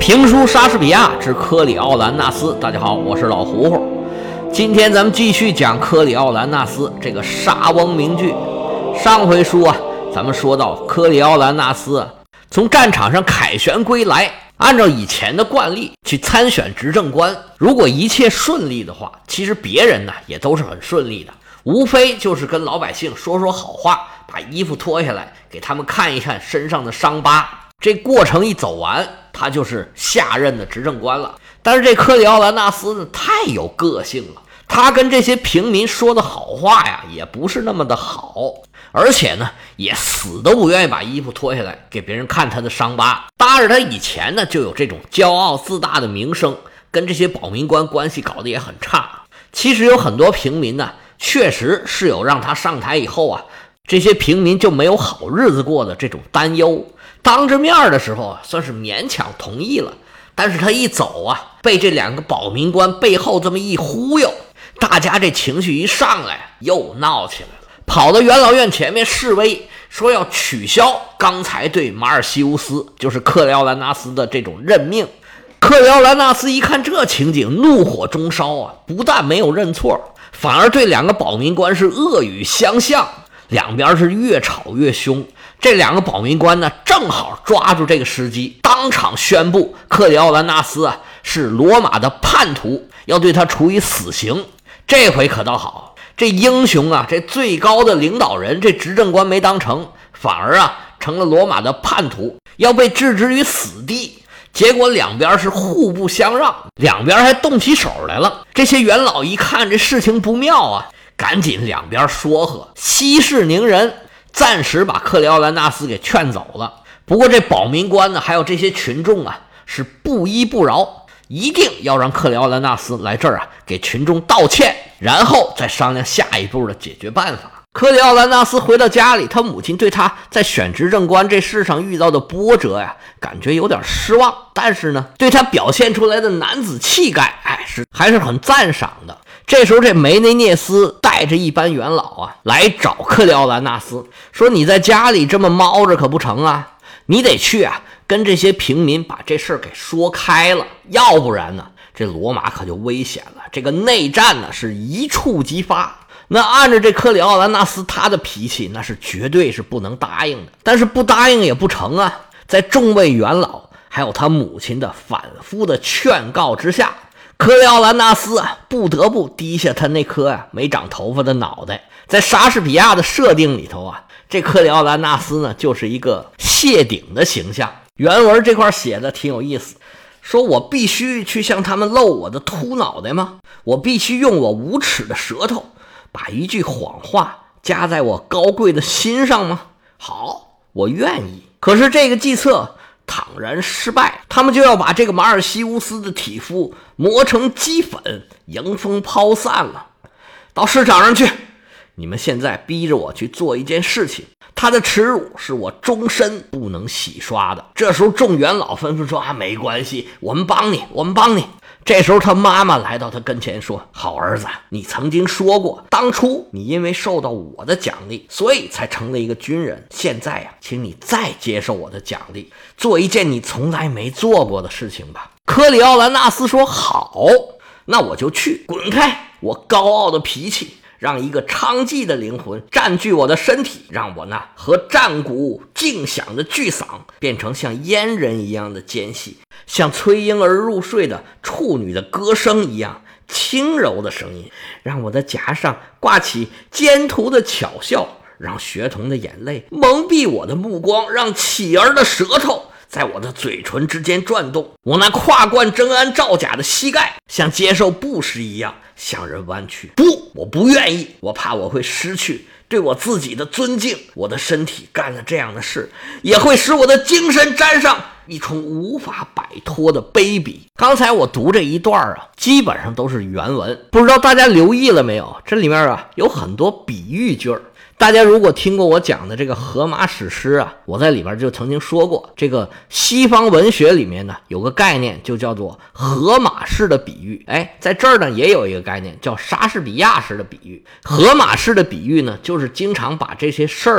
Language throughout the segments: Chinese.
评书莎士比亚之科里奥兰纳斯。大家好，我是老胡胡。今天咱们继续讲科里奥兰纳斯这个莎翁名剧。上回书咱们说到科里奥兰纳斯从战场上凯旋归来，按照以前的惯例去参选执政官。如果一切顺利的话，其实别人呢也都是很顺利的，无非就是跟老百姓说说好话，把衣服脱下来给他们看一看身上的伤疤。这过程一走完，他就是下任的执政官了。但是这科里奥兰纳斯呢太有个性了，他跟这些平民说的好话呀也不是那么的好，而且呢也死都不愿意把衣服脱下来给别人看他的伤疤。当然他以前呢就有这种骄傲自大的名声，跟这些保民官关系搞得也很差。其实有很多平民呢确实是有让他上台以后这些平民就没有好日子过的这种担忧。当着面的时候算是勉强同意了，但是他一走被这两个保民官背后这么一忽悠，大家这情绪一上来又闹起来了，跑到元老院前面示威，说要取消刚才对马尔西乌斯就是克里奥兰纳斯的这种任命。克里奥兰纳斯一看这情景，怒火中烧不但没有认错，反而对两个保民官是恶语相向，两边是越吵越凶。这两个保民官呢正好抓住这个时机，当场宣布克里奥兰纳斯是罗马的叛徒，要对他处以死刑。这回可倒好，这英雄这最高的领导人，这执政官没当成，反而成了罗马的叛徒，要被置之于死地。结果两边是互不相让，两边还动起手来了。这些元老一看这事情不妙赶紧两边说和，息事宁人，暂时把克里奥兰纳斯给劝走了。不过这保民官呢还有这些群众是不依不饶，一定要让克里奥兰纳斯来这儿给群众道歉，然后再商量下一步的解决办法。克里奥兰纳斯回到家里，他母亲对他在选执政官这事上遇到的波折感觉有点失望，但是呢对他表现出来的男子气概还是很赞赏的。这时候这梅内涅斯带着一班元老来找克里奥兰纳斯，说你在家里这么猫着可不成你得去跟这些平民把这事儿给说开了，要不然呢这罗马可就危险了，这个内战呢是一触即发。那按照这克里奥兰纳斯他的脾气，那是绝对是不能答应的，但是不答应也不成在众位元老还有他母亲的反复的劝告之下，克里奥兰纳斯不得不低下他那颗没长头发的脑袋。在莎士比亚的设定里头这克里奥兰纳斯呢就是一个谢顶的形象。原文这块写的挺有意思，说我必须去向他们露我的秃脑袋吗？我必须用我无耻的舌头把一句谎话加在我高贵的心上吗？好，我愿意。可是这个计策倘然失败，他们就要把这个马尔西乌斯的体肤磨成齑粉，迎风抛散了。到市场上去，你们现在逼着我去做一件事情，他的耻辱是我终身不能洗刷的。这时候众元老纷纷说没关系，我们帮你，我们帮你。这时候他妈妈来到他跟前说，好儿子，你曾经说过，当初你因为受到我的奖励，所以才成了一个军人，现在请你再接受我的奖励，做一件你从来没做过的事情吧。克里奥兰纳斯说好，那我就去，滚开我高傲的脾气，让一个娼妓的灵魂占据我的身体，让我呢和战鼓劲响的巨嗓变成像阉人一样的奸细，像催婴儿入睡的处女的歌声一样轻柔的声音，让我的颊上挂起奸徒的巧笑，让学童的眼泪蒙蔽我的目光，让乞儿的舌头在我的嘴唇之间转动，我那跨贯真安造假的膝盖像接受布施一样向人弯曲。不，我不愿意，我怕我会失去对我自己的尊敬，我的身体干了这样的事，也会使我的精神沾上一重无法摆脱的卑鄙。刚才我读这一段基本上都是原文，不知道大家留意了没有，这里面有很多比喻句儿。大家如果听过我讲的这个荷马史诗我在里边就曾经说过，这个西方文学里面呢有个概念就叫做荷马式的比喻。在这儿呢也有一个概念叫莎士比亚式的比喻。荷马式的比喻呢就是经常把这些事儿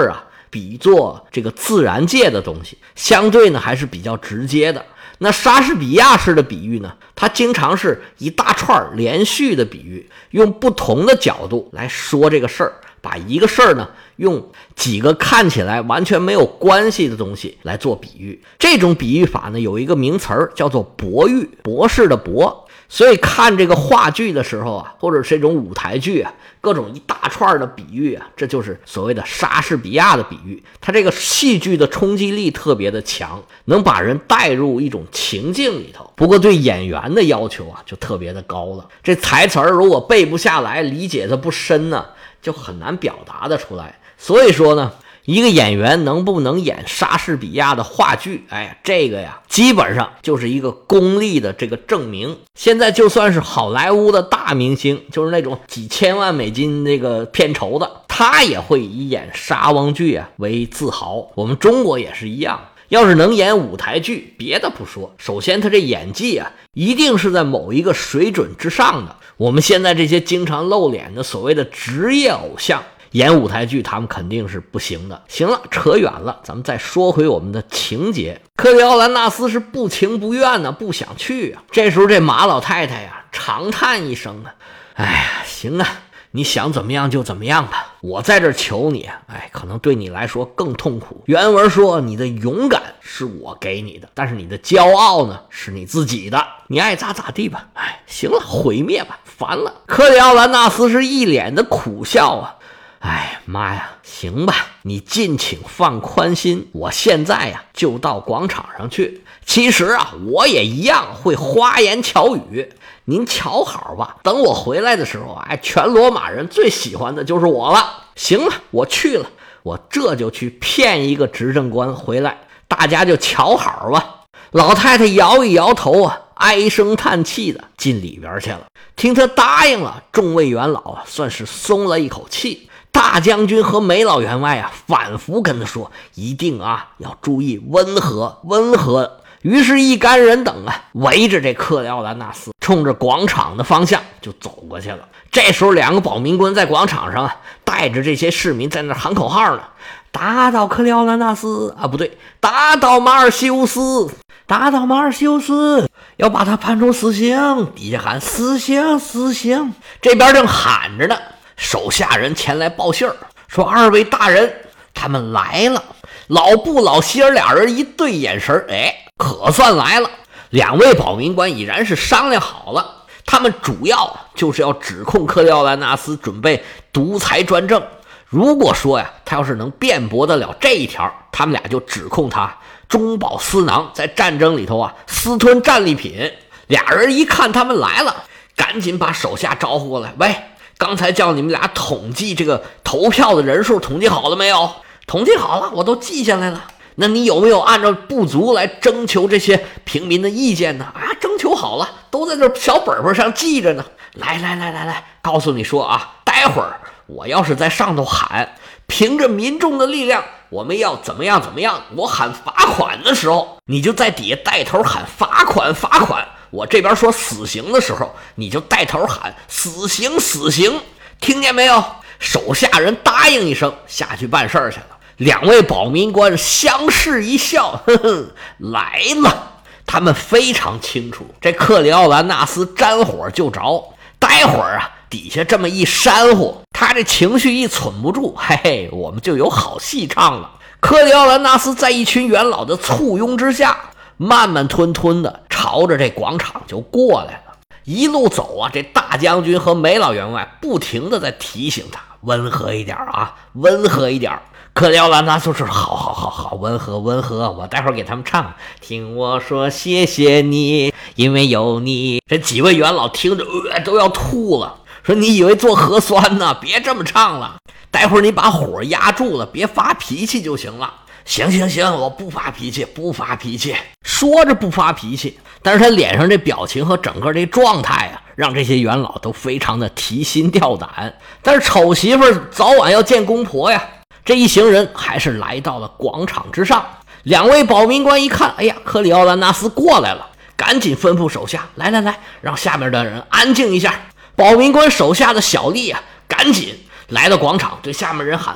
比作这个自然界的东西，相对呢还是比较直接的。那莎士比亚式的比喻呢，它经常是一大串连续的比喻，用不同的角度来说这个事儿，把一个事儿呢用几个看起来完全没有关系的东西来做比喻。这种比喻法呢有一个名词儿叫做博喻，博士的博。所以看这个话剧的时候啊，或者这种舞台剧啊，各种一大串的比喻啊，这就是所谓的莎士比亚的比喻。它这个戏剧的冲击力特别的强，能把人带入一种情境里头。不过对演员的要求啊就特别的高了，这台词儿如果背不下来，理解的不深呢，就很难表达的出来。所以说呢，一个演员能不能演莎士比亚的话剧，这个呀基本上就是一个功力的这个证明。现在就算是好莱坞的大明星，就是那种几千万美金这个片酬的，他也会以演莎翁剧啊为自豪。我们中国也是一样，要是能演舞台剧，别的不说，首先他这演技啊一定是在某一个水准之上的。我们现在这些经常露脸的所谓的职业偶像演舞台剧，他们肯定是不行的。行了，扯远了，咱们再说回我们的情节。克里奥兰纳斯是不情不愿呢，不想去啊。这时候这马老太太呀长叹一声啊，哎呀，行啊，你想怎么样就怎么样吧，我在这求你，可能对你来说更痛苦。原文说，你的勇敢是我给你的，但是你的骄傲呢是你自己的，你爱咋咋地吧。行了，毁灭吧，烦了。克里奥兰纳斯是一脸的苦笑啊，妈呀，行吧，你尽请放宽心，我现在呀就到广场上去。其实啊，我也一样会花言巧语，您瞧好吧，等我回来的时候，全罗马人最喜欢的就是我了。行了，我去了，我这就去骗一个执政官回来，大家就瞧好吧。老太太摇一摇头啊，唉声叹气的进里边去了。听他答应了，众位元老啊算是松了一口气。大将军和梅老员外啊反复跟他说，一定啊要注意温和温和。于是一干人等啊围着这克里奥兰纳斯冲着广场的方向就走过去了。这时候两个保民官在广场上啊带着这些市民在那喊口号呢，打倒克里奥兰纳斯啊，不对，打倒马尔西乌斯，打倒马尔西乌斯，要把他判处死刑。底下喊死刑死刑，这边正喊着呢，手下人前来报信儿，说二位大人他们来了。老布老希尔俩人一对眼神，可算来了。两位保民官已然是商量好了，他们主要就是要指控克里奥兰纳斯准备独裁专政。如果说呀他要是能辩驳得了这一条，他们俩就指控他中饱私囊，在战争里头啊私吞战利品。俩人一看他们来了，赶紧把手下招呼过来，喂，刚才叫你们俩统计这个投票的人数，统计好了没有？统计好了，我都记下来了。那你有没有按照部族来征求这些平民的意见呢？征求好了，都在这小本本上记着呢。来，告诉你说啊，待会儿我要是在上头喊，凭着民众的力量，我们要怎么样怎么样，我喊罚款的时候，你就在底下带头喊罚款罚款。我这边说死刑的时候，你就带头喊死刑死刑，听见没有？手下人答应一声，下去办事去了。两位保民官相视一笑，呵呵，来了。他们非常清楚，这克里奥兰纳斯沾火就着，待会儿啊底下这么一煽乎，他这情绪一存不住，嘿嘿，我们就有好戏唱了。克里奥兰纳斯在一群元老的簇拥之下，慢慢吞吞的朝着这广场就过来了。一路走啊，这大将军和梅老员外不停的在提醒他，温和一点啊，温和一点。克里奥兰纳斯说，好，温和温和，我待会儿给他们唱，听我说谢谢你，因为有你。这几位元老听着都要吐了，说你以为做核酸呢？别这么唱了，待会儿你把火压住了，别发脾气就行了。行，我不发脾气，不发脾气。说着不发脾气，但是他脸上这表情和整个这状态啊，让这些元老都非常的提心吊胆。但是丑媳妇早晚要见公婆呀，这一行人还是来到了广场之上。两位保民官一看，哎呀，克里奥兰纳斯过来了，赶紧吩咐手下，来，让下面的人安静一下。保民官手下的小吏啊，赶紧来到广场，对下面人喊，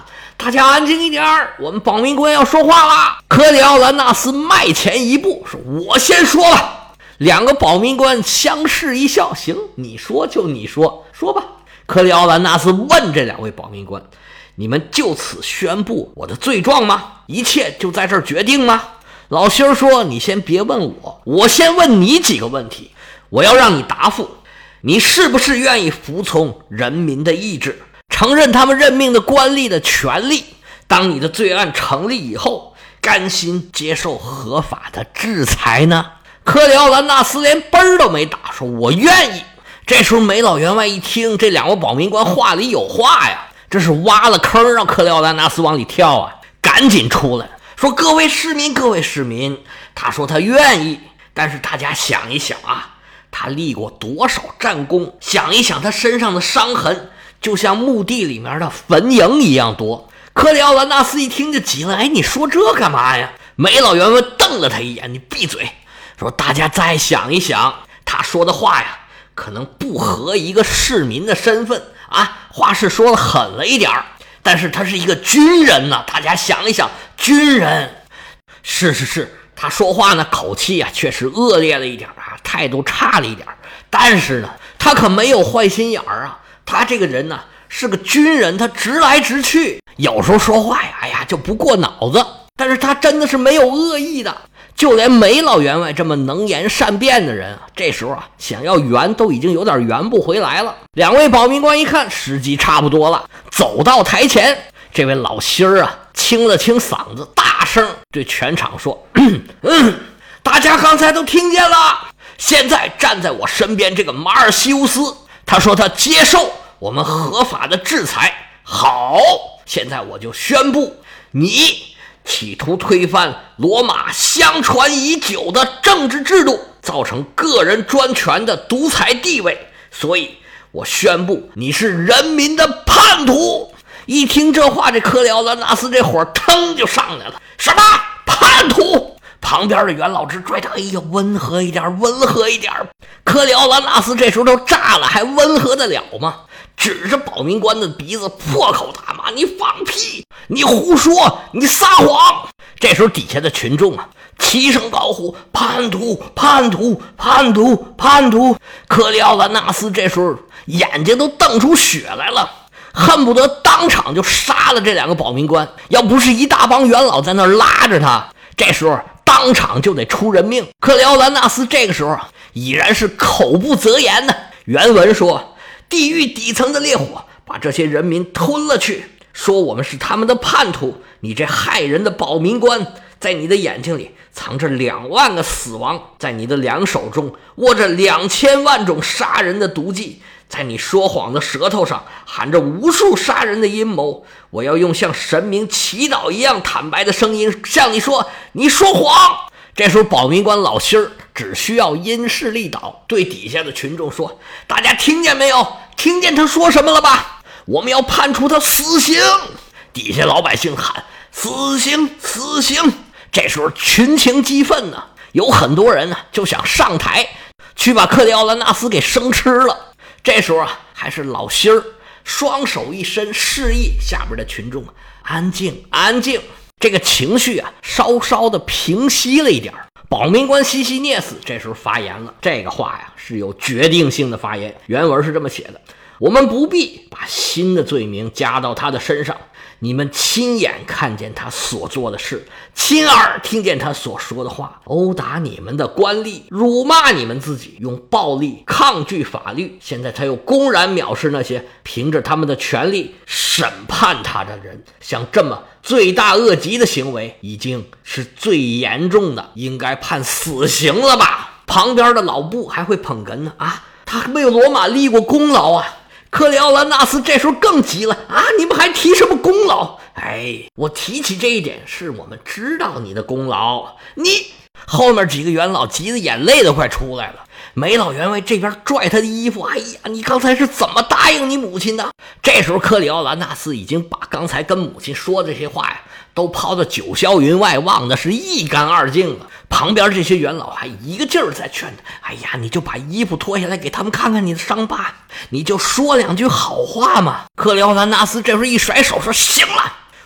大家安静一点，我们保民官要说话了。克里奥兰纳斯迈前一步说，我先说了。两个保民官相视一笑，行，你说就你说，说吧。克里奥兰纳斯问这两位保民官，你们就此宣布我的罪状吗？一切就在这儿决定吗？老星儿说，你先别问我，我先问你几个问题，我要让你答复。你是不是愿意服从人民的意志，承认他们任命的官吏的权利？当你的罪案成立以后，甘心接受合法的制裁呢？克里奥兰纳斯连嘣儿都没打，说我愿意。这时候梅老员外一听，这两位保民官话里有话呀，这是挖了坑让克里奥兰纳斯往里跳啊，赶紧出来说，各位市民，各位市民，他说他愿意，但是大家想一想啊，他立过多少战功，想一想他身上的伤痕，就像墓地里面的坟茔一样多。克里奥兰纳斯一听就急了，哎，你说这干嘛呀？梅老员外瞪了他一眼，你闭嘴。说大家再想一想，他说的话呀，可能不合一个市民的身份啊，话是说的狠了一点，但是他是一个军人呢，大家想一想，军人是，他说话呢口气啊确实恶劣了一点啊，态度差了一点，但是呢他可没有坏心眼儿啊，他这个人呢是个军人，他直来直去，有时候说话呀，哎呀就不过脑子，但是他真的是没有恶意的。就连梅老员外这么能言善辩的人啊，这时候啊想要圆都已经有点圆不回来了。两位保民官一看时机差不多了，走到台前，这位老星儿啊清了清嗓子，大声对全场说，大家刚才都听见了，现在站在我身边这个马尔西乌斯，他说他接受我们合法的制裁。好，现在我就宣布，你企图推翻罗马相传已久的政治制度，造成个人专权的独裁地位，所以我宣布你是人民的叛徒。一听这话，这克里奥兰纳斯这火腾就上来了，什么叛徒？旁边的元老直拽他，哎呀，温和一点，温和一点。克里奥兰纳斯这时候都炸了，还温和得了吗？指着保民官的鼻子破口大骂，你放屁，你胡说，你撒谎。这时候底下的群众啊齐声高呼，叛徒，叛徒，叛徒，叛徒。克里奥兰纳斯这时候眼睛都瞪出血来了，恨不得当场就杀了这两个保民官，要不是一大帮元老在那儿拉着他，这时候当场就得出人命。克里奥兰纳斯这个时候啊已然是口不择言呢。原文说，地狱底层的烈火把这些人民吞了去，说我们是他们的叛徒。你这害人的保民官，在你的眼睛里藏着2万个死亡，在你的两手中握着2000万种杀人的毒计，在你说谎的舌头上含着无数杀人的阴谋。我要用像神明祈祷一样坦白的声音向你说，你说谎。这时候保民官老心儿只需要因势利导，对底下的群众说，大家听见没有？听见他说什么了吧？我们要判处他死刑。底下老百姓喊死刑，死刑。这时候群情激愤呢，有很多人呢就想上台去把克里奥兰纳斯给生吃了。这时候啊还是老心儿双手一伸，示意下边的群众安静，安静。这个情绪啊稍稍的平息了一点。保民官西西涅斯这时候发言了，这个话呀是有决定性的发言。原文是这么写的，我们不必把新的罪名加到他的身上，你们亲眼看见他所做的事，亲耳听见他所说的话，殴打你们的官吏，辱骂你们自己，用暴力抗拒法律。现在他又公然藐视那些凭着他们的权利审判他的人，像这么罪大恶极的行为已经是最严重的，应该判死刑了吧？旁边的老布还会捧哏呢，啊，他为罗马立过功劳啊。克里奥兰纳斯这时候更急了啊！你们还提什么功劳？哎，我提起这一点是我们知道你的功劳。你后面几个元老急得眼泪都快出来了。梅老员外这边拽他的衣服，哎呀，你刚才是怎么答应你母亲的？这时候克里奥兰纳斯已经把刚才跟母亲说这些话呀都抛到九霄云外，忘的是一干二净了。旁边这些元老还一个劲儿在劝他，哎呀，你就把衣服脱下来给他们看看你的伤疤，你就说2句好话嘛。克里奥兰纳斯这时候一甩手说，行了，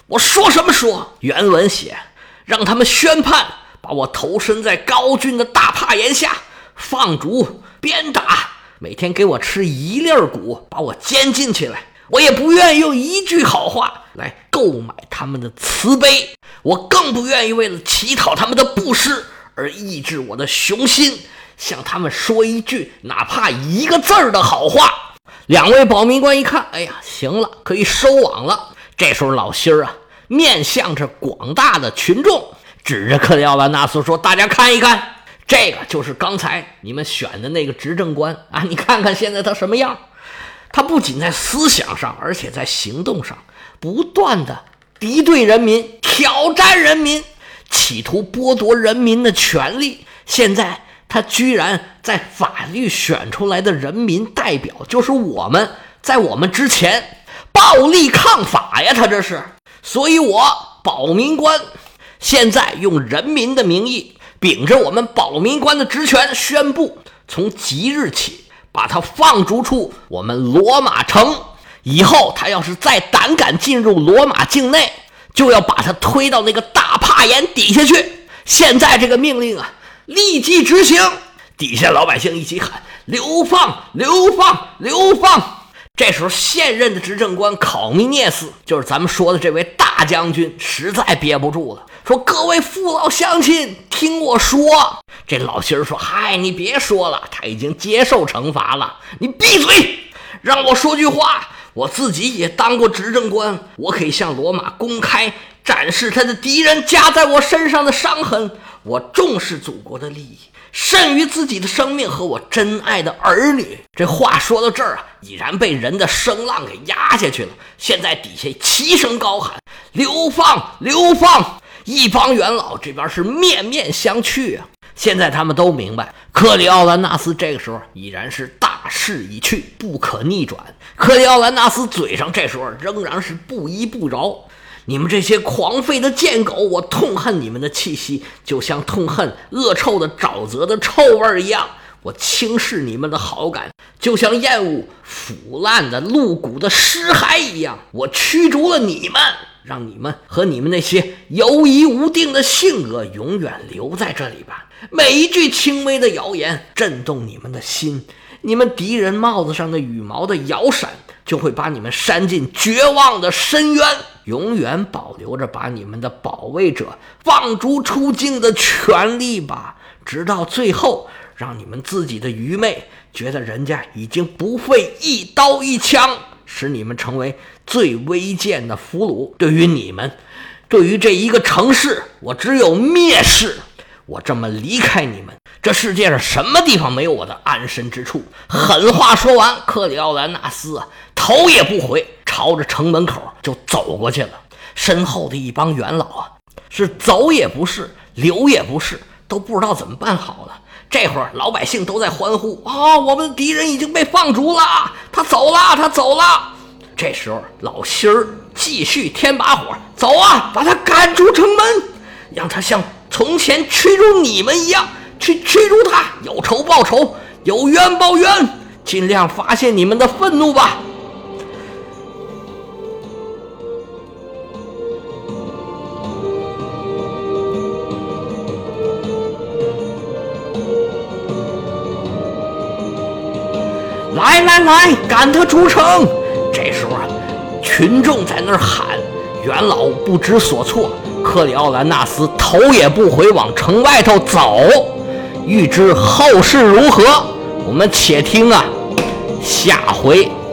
我说什么说？原文写，让他们宣判，把我投身在高峻的大帕岩下，放逐鞭打，每天给我吃一粒骨，把我监禁起来。我也不愿意用一句好话来购买他们的慈悲，我更不愿意为了乞讨他们的布施而抑制我的雄心，向他们说一句哪怕一个字儿的好话。两位保民官一看，哎呀，行了，可以收网了。这时候老心儿面向着广大的群众，指着克里奥兰纳斯说，大家看一看，这个就是刚才你们选的那个执政官啊，你看看现在他什么样。他不仅在思想上，而且在行动上不断的敌对人民，挑战人民，企图剥夺人民的权利。现在他居然在法律选出来的人民代表，就是我们，在我们之前暴力抗法呀，他这是。所以我保民官现在用人民的名义，秉着我们保民官的职权，宣布从即日起把他放逐出我们罗马城，以后他要是再胆敢进入罗马境内，就要把他推到那个大帕岩底下去。现在这个命令立即执行。底下老百姓一起喊，流放流放流放。这时候现任的执政官考米涅斯，就是咱们说的这位大将军，实在憋不住了，说，各位父老乡亲，听我说。这老心儿说，嗨，你别说了，他已经接受惩罚了，你闭嘴，让我说句话。我自己也当过执政官，我可以向罗马公开展示他的敌人加在我身上的伤痕。我重视祖国的利益，甚于自己的生命和我珍爱的儿女。这话说到这儿已然被人的声浪给压下去了。现在底下齐声高喊，流放流放。一帮元老这边是面面相觑现在他们都明白，克里奥兰纳斯这个时候已然是大势已去，不可逆转。克里奥兰纳斯嘴上这时候仍然是不依不饶，你们这些狂吠的贱狗，我痛恨你们的气息，就像痛恨恶臭的沼泽的臭味一样。我轻视你们的好感，就像厌恶腐烂的露骨的尸骸一样。我驱逐了你们，让你们和你们那些犹疑无定的性格永远留在这里吧。每一句轻微的谣言震动你们的心，你们敌人帽子上的羽毛的摇闪就会把你们扇进绝望的深渊，永远保留着把你们的保卫者放逐出境的权利吧，直到最后让你们自己的愚昧觉得人家已经不费一刀一枪，使你们成为最微贱的俘虏。对于你们，对于这一个城市，我只有蔑视。我这么离开你们，这世界上什么地方没有我的安身之处？狠话说完，克里奥兰纳斯头也不回，朝着城门口就走过去了。身后的一帮元老是走也不是，留也不是，都不知道怎么办好了。这会儿老百姓都在欢呼，我们的敌人已经被放逐了，他走了，他走了。这时候老心儿继续添把火，走把他赶出城门，让他像从前驱逐你们一样去驱逐他，有仇报仇，有冤报冤，尽量发泄你们的愤怒吧。来来来，赶他出城。这时候群众在那儿喊，元老不知所措，克里奥兰纳斯头也不回往城外头走。欲知后事如何，我们且听下回